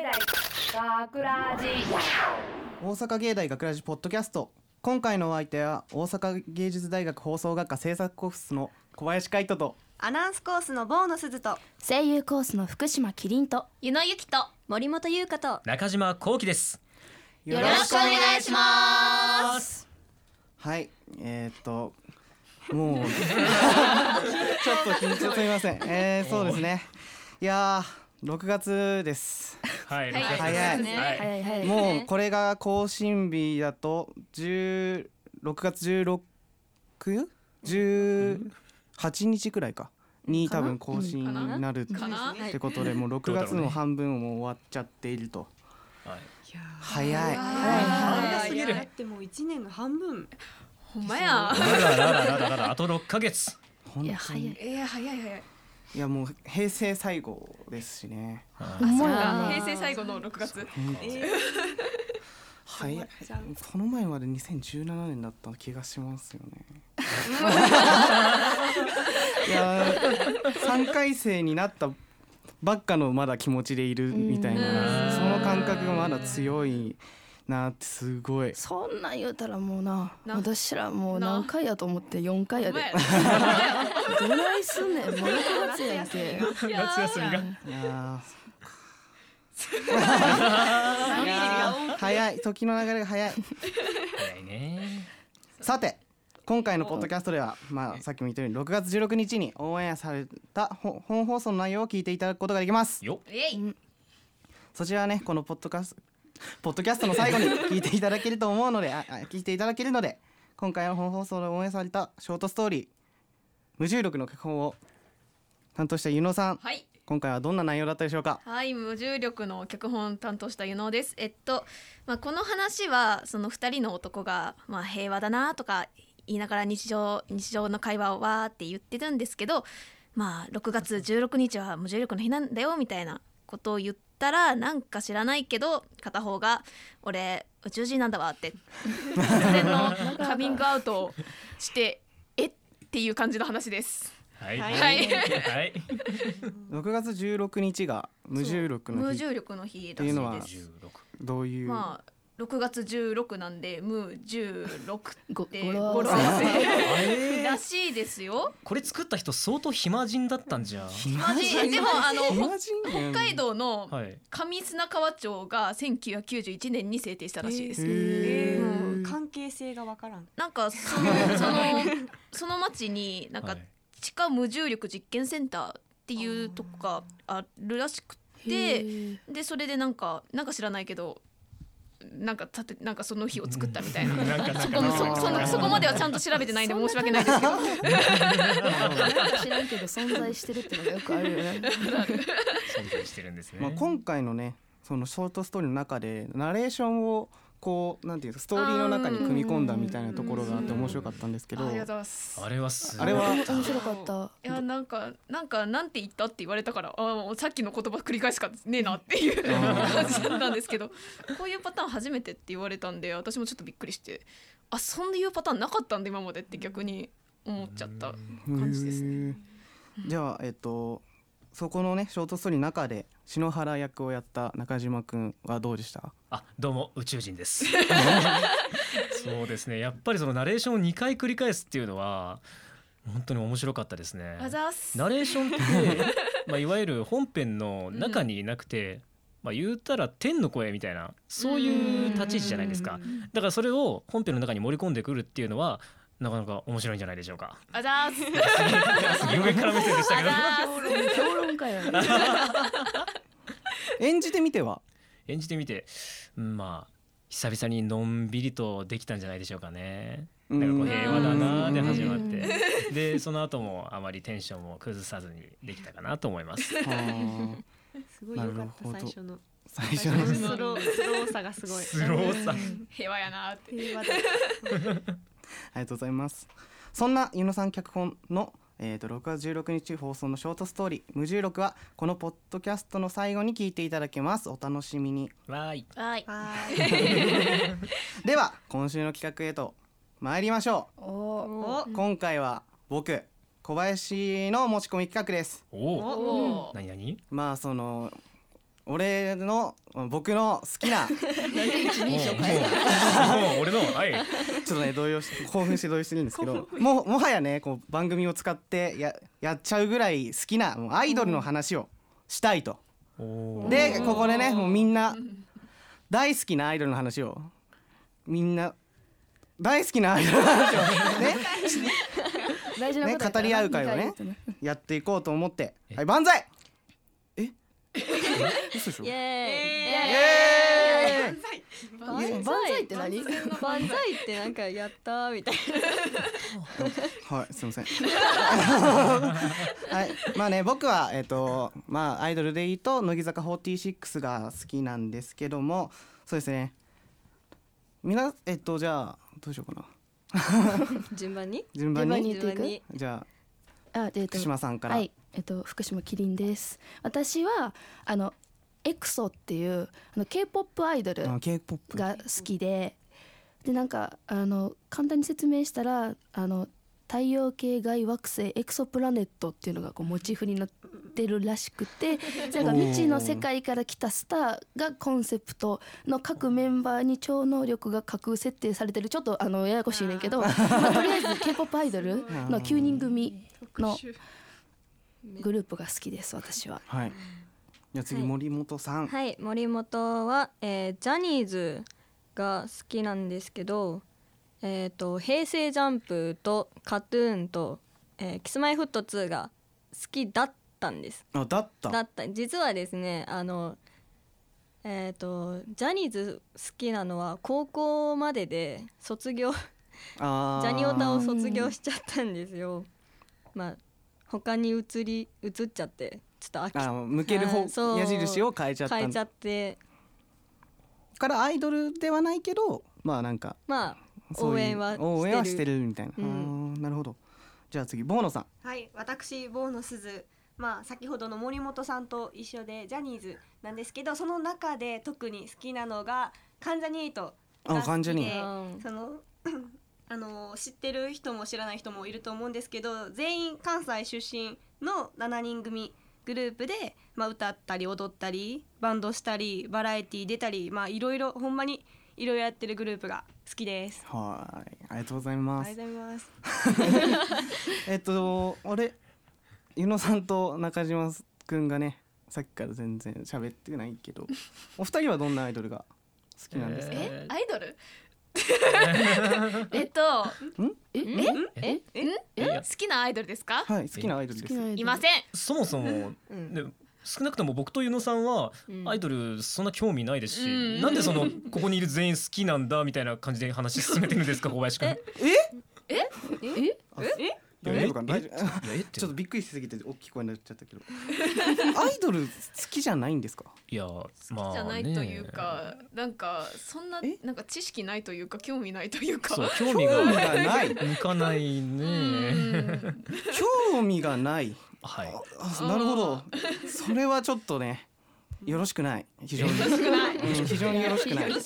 大学ラジ大阪芸大学ラジポッドキャスト。今回のお相手は大阪芸術大学放送学科制作コースの小林海人とアナウンスコースの坊野すずと声優コースの福島キリンと湯野由紀と森本優香と中島幸喜です。 よろしくお願いします。 はい、もうちょっと緊張すみません。そうですね。いやー6月です。 はい、 はい 6月早いです。 はいはい、 もうこれが更新日だと6月18日くらいかに多分更新になるってことで、もう6月の半分も終わっちゃっていると。 はい、 早い。 早すぎる。だってもう1年の半分。 ほんまや。 あと6ヶ月。 いや早い。 早い。 いやもう平成最後ですしね。 ほんまやな。 平成最後の6月。 早い。この前まで2017年だった気がしますよね。いや3回生になったばっかのまだ気持ちでいるみたいな、その感覚がまだ強いなってすごい。 そんなん言うたらもうな、私らもう何回やと思って4回やで。どないすんねん、もう6月やんけ。 夏休みが。 いや早い、時の流れが早い。 早いね。 さて今回のポッドキャストでは、さっきも言ったように6月16日にオンエアされた本放送の内容を聞いていただくことができます。 よそちらはね、このポッドキャストの最後に聞いていただけると思うので聞いていただけるので、今回の本放送でオンエアされたショートストーリー無重力の脚本を担当した湯野さん、 はい、 今回はどんな内容だったでしょうか。 はい、無重力の脚本担当した湯野です。この話はその2人の男が、平和だなとか言いながら日常の会話をわーって言ってるんですけど、6月16日は無重力の日なんだよみたいなことを言ったら、なんか知らないけど片方が俺宇宙人なんだわって突然のカミングアウトをしてっていう感じの話です。 はい 6月16日が無重力の日。 無重力の日らしいです。 どういう、 6月16なんで無16って語呂合わせらしいですよ。 これ作った人相当暇人だったんじゃ。 暇人でも北海道のはい上砂川町が1991年に制定したらしいです。 関係性がわからん。 なんかその町になんか地下無重力実験センターっていうとこがあるらしくて、でそれでなんか知らないけどなんかその日を作ったみたいな。そこまではちゃんと調べてないんで申し訳ないですけど。 知らんけど存在してるってのがよくあるよね。 存在してるんですね。 今回のね、そのショートストーリーの中でナレーションをこうなんていうかストーリーの中に組み込んだみたいなところがあって面白かったんですけど、 ありがとうございます。 あれはすごい。 あれは面白かった。 いやなんて言ったって言われたから、さっきの言葉繰り返しかねえなっていう感じだったんですけど、こういうパターン初めてって言われたんで、私もちょっとびっくりして、そういうパターンなかったんで今までって逆に思っちゃった感じですね。 じゃあそこのねショートストーリーの中で篠原役をやった中島くんはどうでした？ どうも宇宙人です。そうですね、やっぱりそのナレーションを2回繰り返すっていうのは本当に面白かったですね。ナレーションっていわゆる本編の中にいなくて、言うたら天の声みたいなそういう立ち位置じゃないですか。だからそれを本編の中に盛り込んでくるっていうのはなかなか面白いんじゃないでしょうか。上から目線でしたけど。 評論家やね。 演じてみて久々にのんびりとできたんじゃないでしょうかね。なんかこう平和だなで始まってでその後もあまりテンションも崩さずにできたかなと思います。 すごい良かった。最初のスローさがすごい。 スローさ平和やなって。 平和だ。 ありがとうございます。そんな湯野さん脚本の6月16日放送のショートストーリー無重力はこのポッドキャストの最後に聞いていただけます。お楽しみに。 わーい。 では今週の企画へと参りましょう。今回は僕小林の持ち込み企画です。 何？ その僕の好きなもう俺のはいちょっとね興奮して動揺してるんですけどもはやねこう番組を使ってやっちゃうぐらい好きなもうアイドルの話をしたいと。でここでねもうみんな大好きなアイドルの話をみんな大好きなアイドルの話をね大事なこと語り合う会をねやっていこうと思ってはい万歳嘘でしょイエーイ万歳って何？ 万歳ってなんかやったーみたいはいすいませんはいまあね僕はまあアイドルで言うと乃木坂46が好きなんですけどもそうですねじゃあどうしようかな順番に順番に言っていく？ じゃあ福島さんからはい福島キリンです。私はエクソっていうK-POP アイドルが K-POP 好きでなんか簡単に説明したら太陽系外惑星エクソプラネットっていうのがこうモチーフになってるらしくてそれが未知の世界から来たスターがコンセプトの各メンバーに超能力が架空設定されてるちょっとややこしいねんけど、まあ、とりあえず K-POP アイドルの9人組のグループが好きです私は。 はいじゃあ次森本さんはい森本は、ジャニーズが好きなんですけど平成ジャンプとカトゥーンと、キスマイフット2が好きだったんです。 だった実はですねジャニーズ好きなのは高校までで卒業ジャニオタを卒業しちゃったんですよ。まあ他に移っちゃってちょっと飽き向ける方矢印を変えちゃってからアイドルではないけどまあなんかまあ応援はしてるみたいな、なるほど。じゃあ次ボーノさんはい私ボーノすずまあ先ほどの森本さんと一緒でジャニーズなんですけどその中で特に好きなのが関ジャニ∞が好きでその知ってる人も知らない人もいると思うんですけど全員関西出身の7人組グループで、まあ、歌ったり踊ったりバンドしたりバラエティ出たりまあいろいろほんまにいろいろやってるグループが好きです。 はいありがとうございます。 ありがとうございます。 あれゆのさんと中島くんがねさっきから全然喋ってないけどお二人はどんなアイドルが好きなんですか？ アイドル好きなアイドルですか？ はい好きなアイドルです。 いません。 そもそも、少なくとも僕とゆのさんはアイドルそんな興味ないですし、なんでここにいる全員好きなんだみたいな感じで話進めてるんですか小林くん。 大丈夫かな。ちょっとびっくりしすぎて大きい声になっちゃったけどアイドル好きじゃないんですか？ いや好きじゃないというか、なんかそんななんか知識ないというか興味ないというかそう興味がない向かないね興味がないはいなるほどそれはちょっとねよろしくない非常に非常によろしくない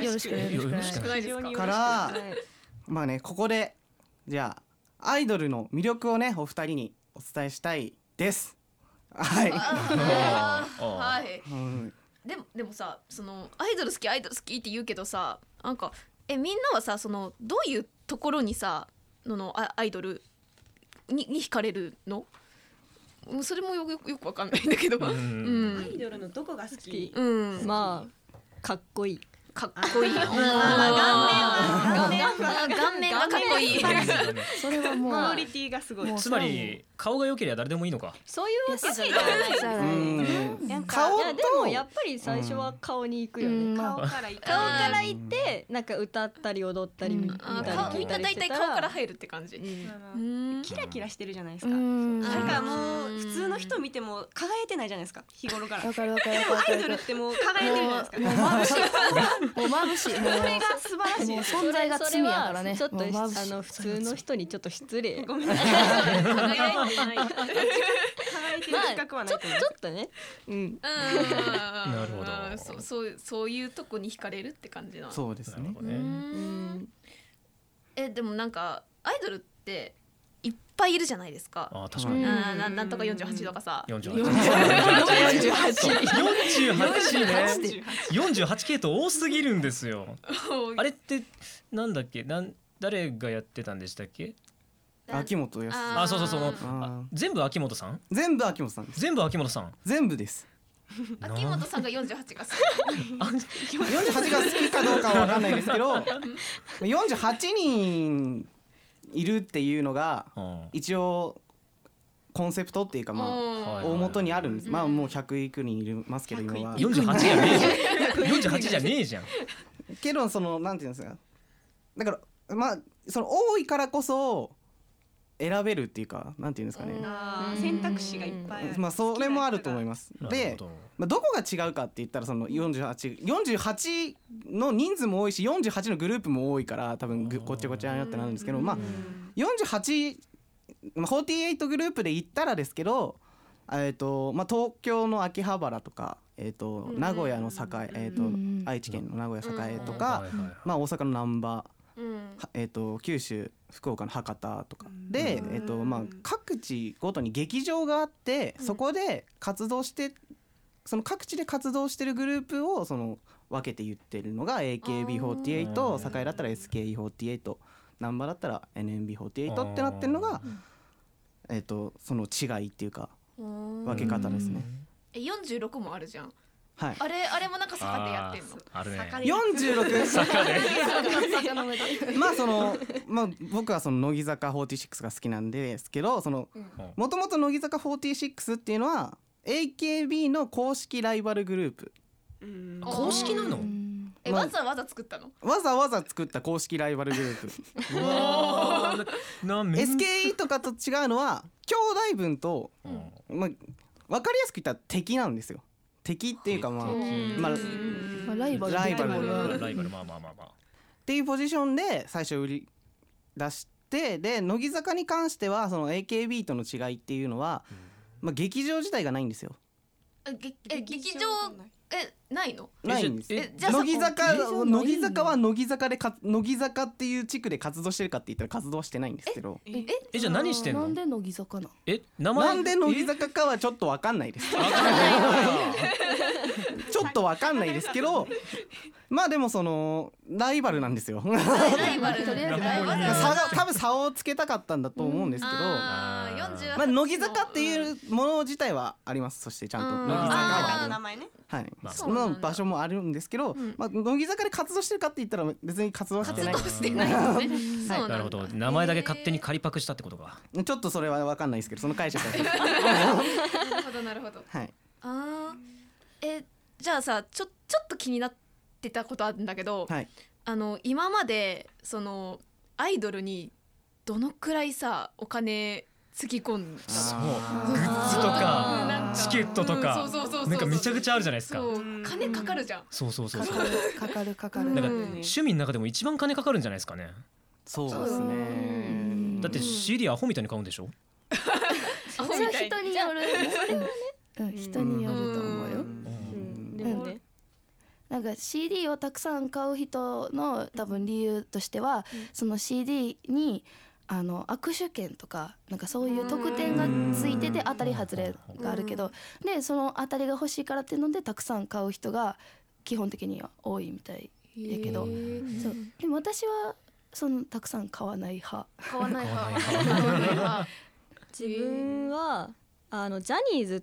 からまあねここでじゃあアイドルの魅力をねお二人にお伝えしたいですはいはい、でもさアイドル好きって言うけどさなんかみんなはさどういうところにさアイドルに惹かれるの？それもよくわかんないんだけど、 アイドルのどこが好き？ まあかっこいい顔面がかっこいいそれはもうクオリティがすごい。 つまり顔が良ければ誰でもいいのか。 そういうわけじゃない顔とでもやっぱり最初は顔に行くよね。顔から行ってなんか歌ったり踊ったり見たり聞いたりしてたら大体顔から入るって感じ。 キラキラしてるじゃないですか。なんかもう普通の人見ても輝いてないじゃないですか日頃から。 わかるアイドルってもう輝いてるじゃないですか。 もう眩しいそれが素晴らしい。 存在が罪やからね。 ちょっと普通の人にちょっと失礼。 ごめんなさい。輝いてない。輝いてる自覚はないと思う。 ちょっとね。 なるほど。 そういうとこに惹かれるって感じなの。 そうですね。 でもなんかアイドルっていっぱいいるじゃないですか。 あ確かに。 なんとか48とかさ。 48ね。48系統多すぎるんですよ。あれってなんだっけ、誰がやってたんでしたっけ？ 秋元康。 あ、そう全部秋元さん？ 全部秋元さんです。 全部秋元さん。 全部です。 秋元さんが48が好き。 48が好きかどうかは分かんないですけど48人いるっていうのが一応コンセプトっていうか、まあ大元にあるんです。まあもう100いく人いますけど今は 48じゃねえじゃん。48じゃねえじゃん。 けどそのなんていうんですか、だからまあその多いからこそ選べるっていうか、なんていうんですかね、 選択肢がいっぱいある。 まあそれもあると思います。で、まあ、どこが違うかって言ったらその48の人数も多いし48のグループも多いから多分ごっちゃごちゃになってなるんですけど、まあ48、まあ、48グループで言ったらですけど、まあ、東京の秋葉原とか、名古屋の栄、愛知県の名古屋栄とか、まあ、大阪の難波、九州福岡の博多とかで、まあ、各地ごとに劇場があって、そこで活動してその各地で活動してるグループをその分けて言ってるのが AKB48、栄だったら SKE48、難波だったら NMB48 ってなってるのが、その違いっていうか分け方ですね。 46もあるじゃん。 はい、 あれもなんか坂でやってんの？ あるね。 46 坂で。 まあそのまあ僕はその乃木坂46が好きなんですけど、そのもともと乃木坂46っていうのは AKB の公式ライバルグループ。 公式なの？ わざわざ作ったの？ わざわざ作った公式ライバルグループ。SKE とかと違うのは兄弟分と、まあ分かりやすく言ったら敵なんですよ。敵っていうかまあライバルまあっていうポジションで最初売り出して、で乃木坂に関してはその AKB との違いっていうのは、まあ劇場自体がないんですよ。 劇場ないの？ ないんです。乃木坂は乃木坂で乃木坂っていう地区で活動してるかって言ったら活動してないんですけど。 じゃあ何してんの？ なんで乃木坂な？ 名前なんで乃木坂かはちょっと分かんないです。ちょっと分かんないですけど、まあでもそのライバルなんですよ。 ライバルとりあえずライバル。 多分差をつけたかったんだと思うんですけど、まあ乃木坂っていうもの自体はあります。そしてちゃんと乃木坂の名前ね。 はい、その場所もあるんですけど、まあ乃木坂で活動してるかって言ったら別に活動してない。 活動してないよね。 なるほど。名前だけ勝手に仮パクしたってことか。 ちょっとそれは分かんないですけど、その解釈は。 なるほど。 はい。 じゃあさ、ちょっと気になってたことあるんだけど、 はい、 今までそのアイドルにどのくらいさお金つぎ込んだ？ そう、グッズとかチケットとかなんかめちゃくちゃあるじゃないですか。 金かかるじゃん。 そうかかる。 なんか趣味の中でも一番金かかるんじゃないですかね。 そうですね。 だって CD アホみたいに買うんでしょ？ アホみたいに。 人による。人によると思うよ。なんか CD をたくさん買う人の多分理由としては、その CD に握手券とかなんかそういう特典がついてて当たり外れがあるけど、でその当たりが欲しいからっていうのでたくさん買う人が基本的には多いみたいやけど、そうでも私はそのたくさん買わない派。 自分はジャニーズって、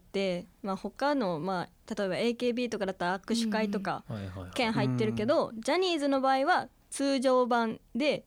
まあ、他の、まあ、例えば AKB とかだったら握手会とか券入ってるけど、ジャニーズの場合は通常版で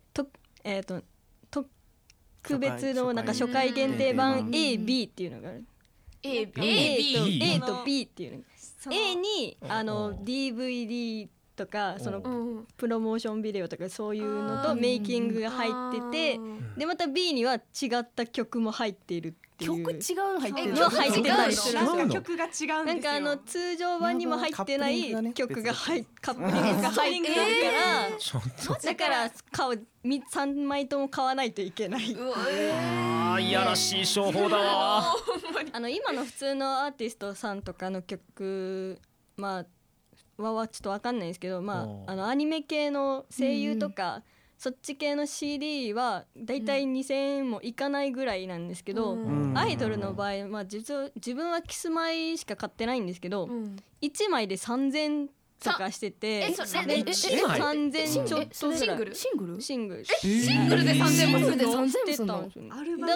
特別のなんか初回限定版 A、B っていうのがある。A と B っていうの。A にDVD とかそのプロモーションビデオとかそういうのとメイキングが入ってて、でまた B には違った曲も入っているっていう。 曲違うの入ってるの入ってたりする。 曲が違うんですよ。 なんか通常版にも入ってない曲がカップリングが入ってるからだから3枚とも買わないといけない。 いやらしい商法だわ。 今の普通のアーティストさんとかの曲まあはちょっと分かんないですけど、まあアニメ系の声優とかそっち系の CD はだいたい2000円もいかないぐらいなんですけど、アイドルの場合、まあ、自分はキスマイしか買ってないんですけど、1枚で3000とかしてて、3000ちょっとぐらい。 シングルで3000 もするしてたんですよね。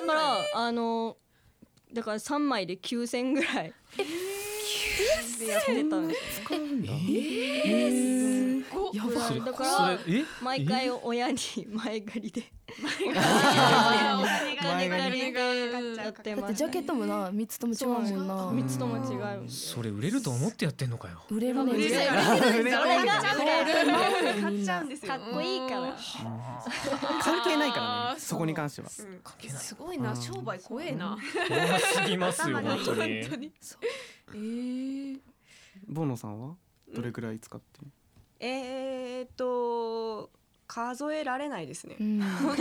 だから3枚で9000ぐらいでやってたんですよね。やばい。だから毎回親に前借りで前借りでやってます。 だってジャケットもな3つとも違うもんな。 3つとも違う。 それ売れると思ってやってんのかよ。 売れるね。 買っちゃうんですよ。 かっこいいから関係ないからね、そこに関しては。 すごいな、商売怖えな。 怖すぎますよ本当に。 ボノさんはどれくらい使ってる？ 数えられないですね。 計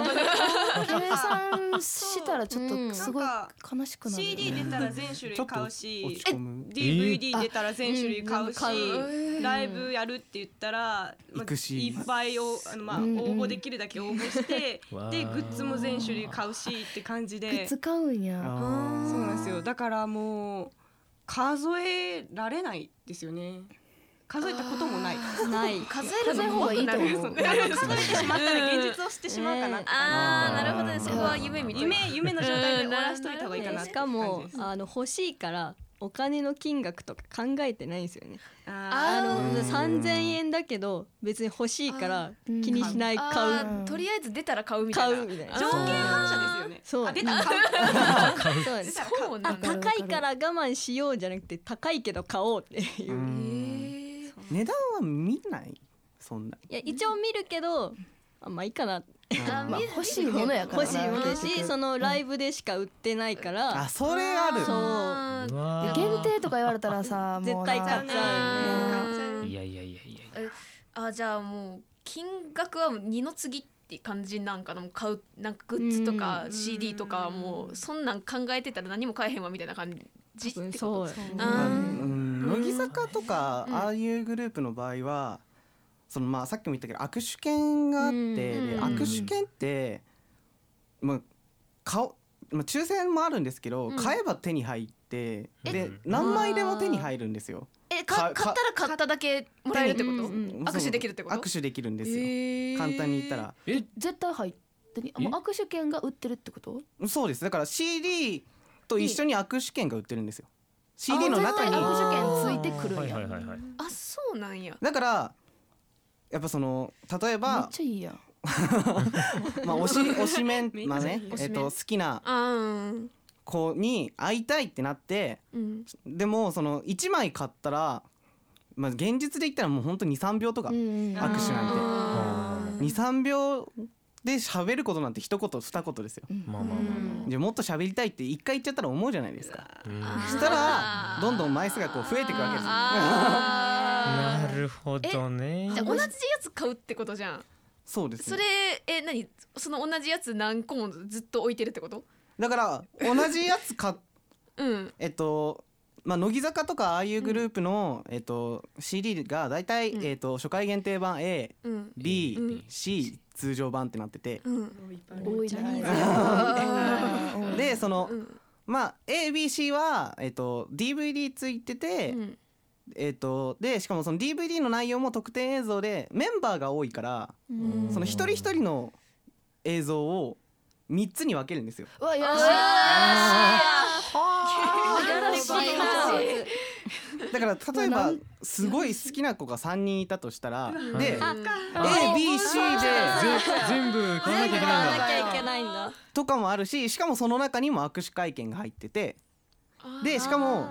算したらちょっとすごい悲しくなる。 CD 出たら全種類買うし、DVD 出たら全種類買うし、ライブやるって言ったらいっぱい応募できるだけ応募してでグッズも全種類買うしって感じで。 グッズ買うんや。 そうなんですよ。だからもう数えられないですよね。数えたこともない。 数える方がいいと思う。 数えてしまったら現実を知ってしまうかなって感じ。 なるほどね。そこは夢みたいな。 夢の状態で終わらしといた方がいいかな。 しかも欲しいからお金の金額とか考えてないんですよね。3000円だけど別に欲しいから気にしない買う。 とりあえず出たら買うみたいな。 条件反射ですよね。 そう。 出たら買う。 そうなんだ。 高いから我慢しようじゃなくて高いけど買おうっていう。 値段は見ないそんな。 いや一応見るけどまあいいかな。 欲しいものやから。 欲しいものだし、そのライブでしか売ってないから。 あ、それある。 そう。 限定とか言われたらさ、 絶対買っちゃうね。 いや。 じゃあもう金額は二の次って感じなんかな。もう買うなんかグッズとか CD とかもうそんなん考えてたら何も買えへんわみたいな感じってこと。 乃木坂とかああいうグループの場合はそのさっきも言ったけど握手券があってで握手券って抽選もあるんですけど買えば手に入ってで何枚でも手に入るんですよ。 買ったら買っただけもらえるってこと？握手できるってこと？ 握手できるんですよ。簡単に言ったら絶対入って握手券が売ってるってこと？ そうです。だから CD と一緒に握手券が売ってるんですよ。CD の中に握手券ついてくるんや。 あ、そうなんや。 だからやっぱその例えばめっちゃいいやん。 推しメン好きな子に会いたいってなって、でもその1枚買ったら現実で言ったらもう本当に 2,3 秒とか握手なんて 2,3 秒で喋ることなんて一言二言ですよ。じゃもっと喋りたいって一回言っちゃったら思うじゃないですか。したらどんどん枚数がこう増えていくわけです。 なるほどね。 じゃあ同じやつ買うってことじゃん。 そうですね。 それ何その同じやつ何個もずっと置いてるってこと？ だから同じやつ乃木坂とかああいうグループのCD がだいたい初回限定版 A、B、C 通常版ってなってて、 多いな。 でそのA、B、C はDVD ついてて、でしかもその DVD の内容も特典映像でメンバーが多いからその一人一人の映像を3つに分けるんですよ。 うわ、よしだから例えばすごい好きな子が3人いたとしたらで A、B、C で全部買わなきゃいけないんだとかもあるし、しかもその中にも握手会券が入っててでしかも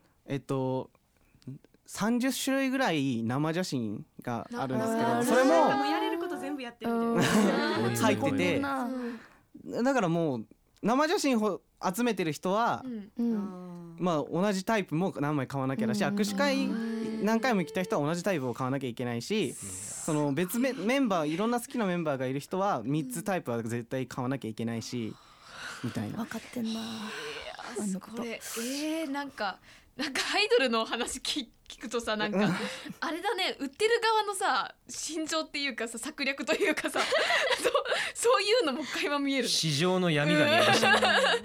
30種類ぐらい生写真があるんですけどそれもやれること全部やってるみたいな入っててだからもう生写真を集めてる人は同じタイプも何枚買わなきゃだし握手会何回も来た人は同じタイプを買わなきゃいけないしその別メンバーいろんな好きなメンバーがいる人は3つタイプは絶対買わなきゃいけないしみたいな。 分かってんな。 これなんかなんかアイドルの話聞くとさ、なんかあれだね、売ってる側のさ心情っていうかさ、策略というかさそういうのも垣間見えるね。 市場の闇が見えましたね。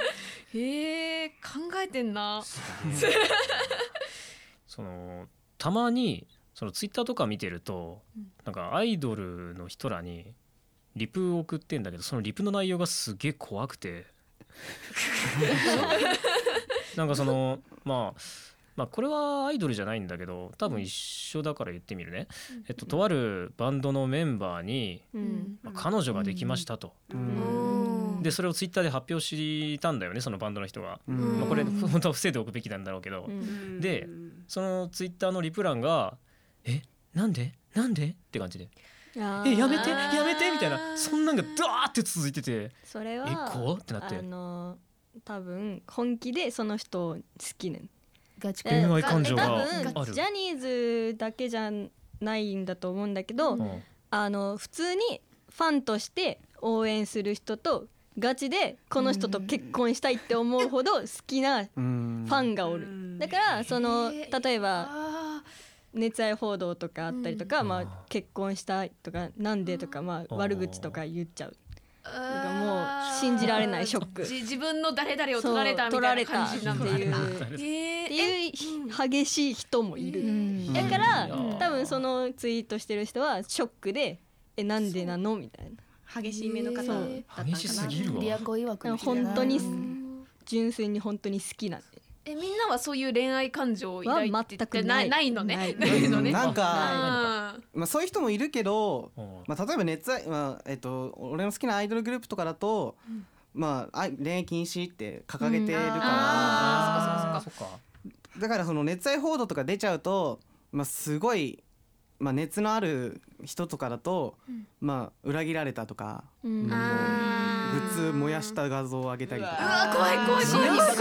考えてんな。 そのたまにそのツイッターとか見てると、なんかアイドルの人らにリプを送ってんだけど、そのリプの内容がすげえ怖くてなんかそのまあこれはアイドルじゃないんだけど、多分一緒だから言ってみるね。とあるバンドのメンバーに、彼女ができましたと、でそれをツイッターで発表したんだよね、そのバンドの人が。これ本当は伏せておくべきなんだろうけど、でそのツイッターのリプ欄がなんでって感じで、やめてみたいな、そんなんがダーって続いてて、 それは怖ってなって、 多分本気でその人を好きねん。 恋愛感情がある。 ジャニーズだけじゃないんだと思うんだけど、普通にファンとして応援する人とガチでこの人と結婚したいって思うほど好きなファンがおる。だからその例えば熱愛報道とかあったりとか、結婚したいとかなんでとか、悪口とか言っちゃう。もう信じられないショック。 自分の誰々を取られたみたいな感じなんだっていう激しい人もいる。だから多分そのツイートしてる人はショックでなんでなのみたいな。 激しい目の方だったのかな。 激しすぎるわ。 リアコ曰く本当に純粋に本当に好きなんで。 みんなはそういう恋愛感情を抱いててないのね。 なんかそういう人もいるけど、例えば熱愛、俺の好きなアイドルグループとかだと、恋愛禁止って掲げてるから、だからその熱愛報道とか出ちゃうと、すごい熱のある人とかだと、裏切られたとか、グッズ燃やした画像を上げたりとか、 怖い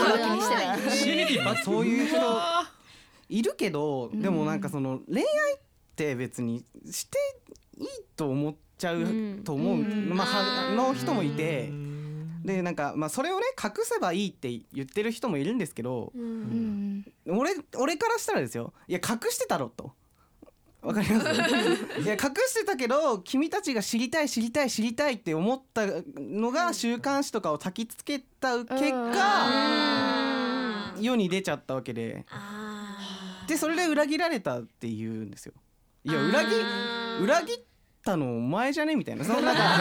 そういう人いるけど、でもなんかその恋愛って別にしていいと思っちゃうと思うの人もいて、でなんかそれをね隠せばいいって言ってる人もいるんですけど、俺からしたらですよ、いや隠してたろと。わかります？いや隠してたけど君たちが知りたいって思ったのが週刊誌とかを焚きつけた結果、世に出ちゃったわけで、それで裏切られたって言うんですよ。いや裏切ったのお前じゃねみたいな。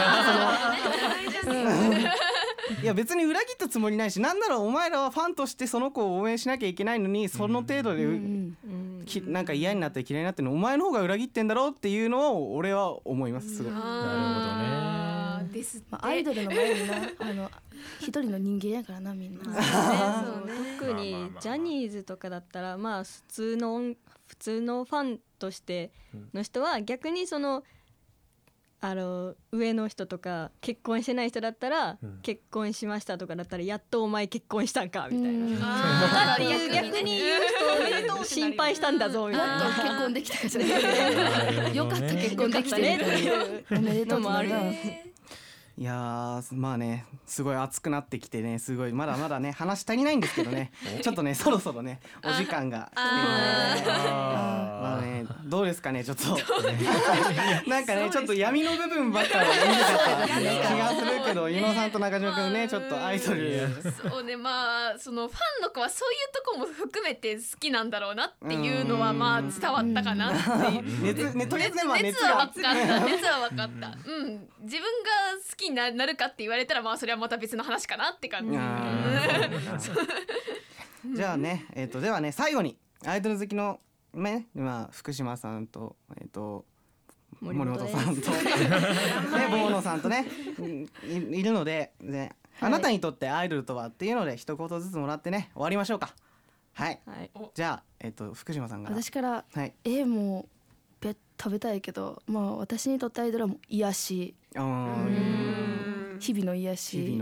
いや別に裏切ったつもりないし、なんならお前らはファンとしてその子を応援しなきゃいけないのに、その程度でなんか嫌になったり嫌いになってるのお前の方が裏切ってんだろうっていうのを俺は思います。すごい。 なるほどね。 ですって。 アイドルの前にな一人の人間やからなみんな。 特にジャニーズとかだったら普通のファンとしての人は逆にその上の人とか結婚してない人だったら、結婚しましたとかだったらやっとお前結婚したんかみたいなっていう逆に言う人心配したんだぞみたいな。 結婚できたじゃないよかった結婚できてねっていうおめでとうもある。 いやすごい熱くなってきてね、すごいまだまだね話足りないんですけどねちょっとねそろそろねお時間が来てるのでね、どうですかね、ちょっとなんかねちょっと闇の部分ばっかり見てた気がするけど、伊野さんと中島くんねちょっとアイドルそうね、そのファンの子はそういうとこも含めて好きなんだろうなっていうのは伝わったかなっていうとりあえずね熱は分かった自分が好きになるかって言われたらそれはまた別の話かなって感じ。 じゃあねではね最後にアイドル好きのね福島さんと森本さんとボーノさんとねいるので、あなたにとってアイドルとはっていうので一言ずつもらってね終わりましょうか。はい、じゃあ福島さんが私から、もう食べたいけど、私にとってアイドルはもう癒し、日々の癒し。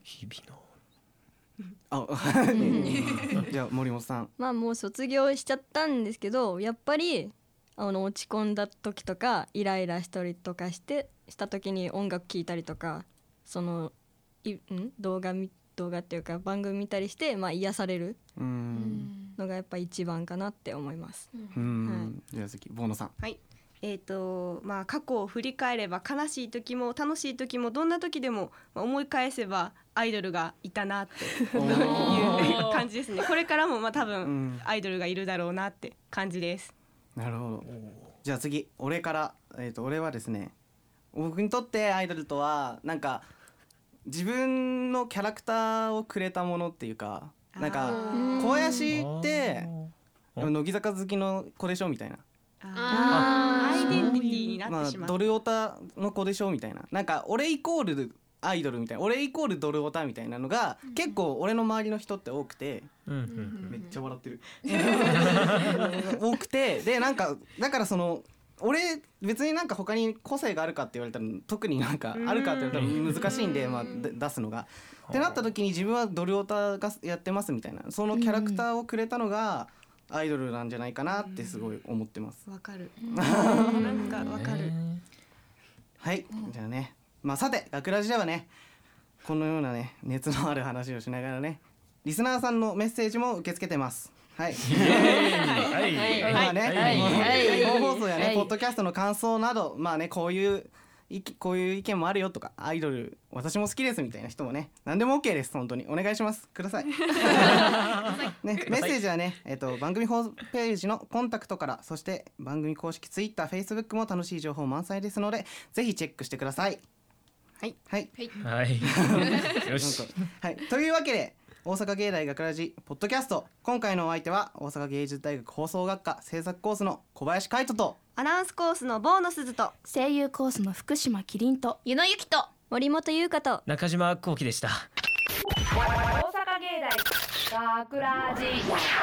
じゃあ森本さん。 もう卒業しちゃったんですけど、やっぱり落ち込んだ時とかイライラしたりとかした時に音楽聴いたりとか、その動画っていうか番組見たりして癒されるののがやっぱ一番かなって思います。 じゃあ次ボーノさん。 はい。過去を振り返れば悲しい時も楽しい時もどんな時でも思い返せばアイドルがいたなっていう感じですね。これからも多分アイドルがいるだろうなって感じです。 なるほど。じゃあ次俺から、俺はですね、僕にとってアイドルとはなんか自分のキャラクターをくれたものっていうか、なんか小林って乃木坂好きの子でしょみたいな、 アイデンティティになってしまう、 ドルオタの子でしょみたいな、なんか俺イコールアイドルみたいな、俺イコールドルオタみたいなのが結構俺の周りの人って多くて、めっちゃ笑ってる多くて、でなんかだからその俺別になんか他に個性があるかって言われたら特になんかあるかって言われたら難しいんで、出すのがってなった時に自分はドルオタがやってますみたいな、そのキャラクターをくれたのがアイドルなんじゃないかなってすごい思ってます。 わかるなんかわかる。 はい、じゃあね、さて学ラジではねこのようなね熱のある話をしながらねリスナーさんのメッセージも受け付けてます。はい。本放送やね、ポッドキャストの感想など、こういう意見もあるよとか、アイドル私も好きですみたいな人もね、何でも OK です。本当にお願いします。ください。ね、メッセージはね、番組ホームページのコンタクトから、そして番組公式 Twitter、Facebook も楽しい情報満載ですので、ぜひチェックしてください。はいはいはい。よし。 はい。というわけで。大阪芸大学ラジポッドキャスト、今回のお相手は大阪芸術大学放送学科制作コースの小林海斗とアナウンスコースの坊野すずと声優コースの福島キリンと湯野由紀と森本優香と中島幸喜でした。 大阪芸大学ラジ。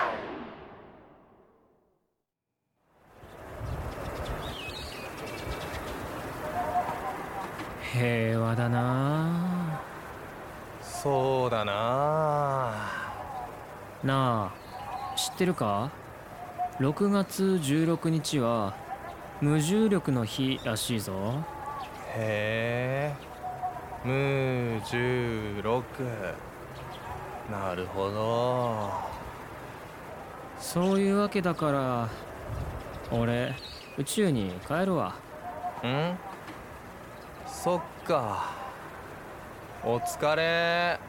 平和だな。 そうだなあ、知ってるか？6月16日は無重力の日らしいぞ。 へえ、無重力、なるほど。 そういうわけだから俺宇宙に帰るわ。 そっか、お疲れ。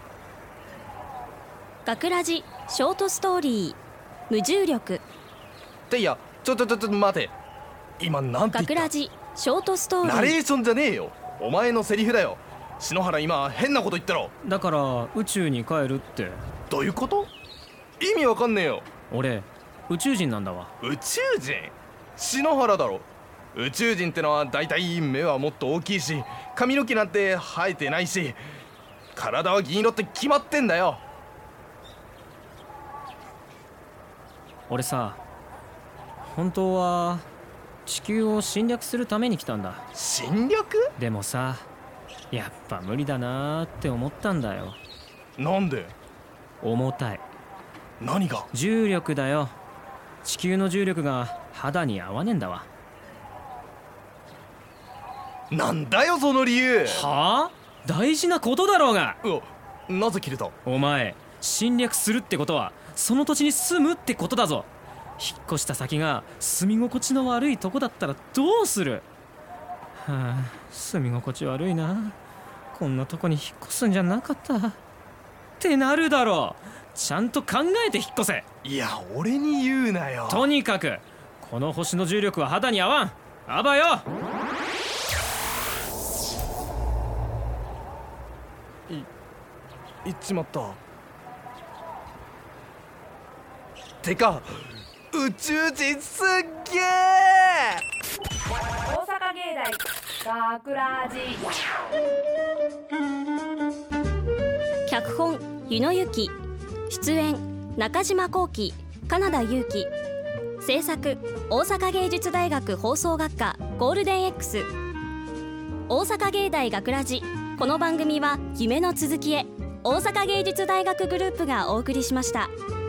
学ラジショートストーリー無重力っていや、ちょっと待て、今なんて言った？ 学ラジショートストーリー。 ナレーションじゃねえよ、お前のセリフだよ。篠原今変なこと言ったろ。 だから宇宙に帰るって。 どういうこと？意味わかんねえよ。 俺宇宙人なんだわ。 宇宙人？篠原だろ。宇宙人ってのはだいたい目はもっと大きいし、髪の毛なんて生えてないし、体は銀色って決まってんだよ。 俺さ、本当は地球を侵略するために来たんだ。 侵略？ でもさ、やっぱ無理だなーって思ったんだよ。 なんで？ 重たい。 何が？ 重力だよ。地球の重力が肌に合わねえんだわ。 なんだよその理由。 はあ？大事なことだろうが。 なぜ切れた？ お前、侵略するってことはその土地に住むってことだぞ。引っ越した先が住み心地の悪いとこだったらどうする？はあ、住み心地悪いな、こんなとこに引っ越すんじゃなかったってなるだろう。ちゃんと考えて引っ越せ。 いや、俺に言うなよ。 とにかくこの星の重力は肌に合わん。あばよ。 言っちまった。てか宇宙人すっげえ。 大阪芸大学ラジ。 脚本湯野由紀、出演中島幸喜、金田裕貴、制作大阪芸術大学放送学科ゴールデン X。 大阪芸大学ラジ。この番組は夢の続きへ大阪芸術大学グループがお送りしました。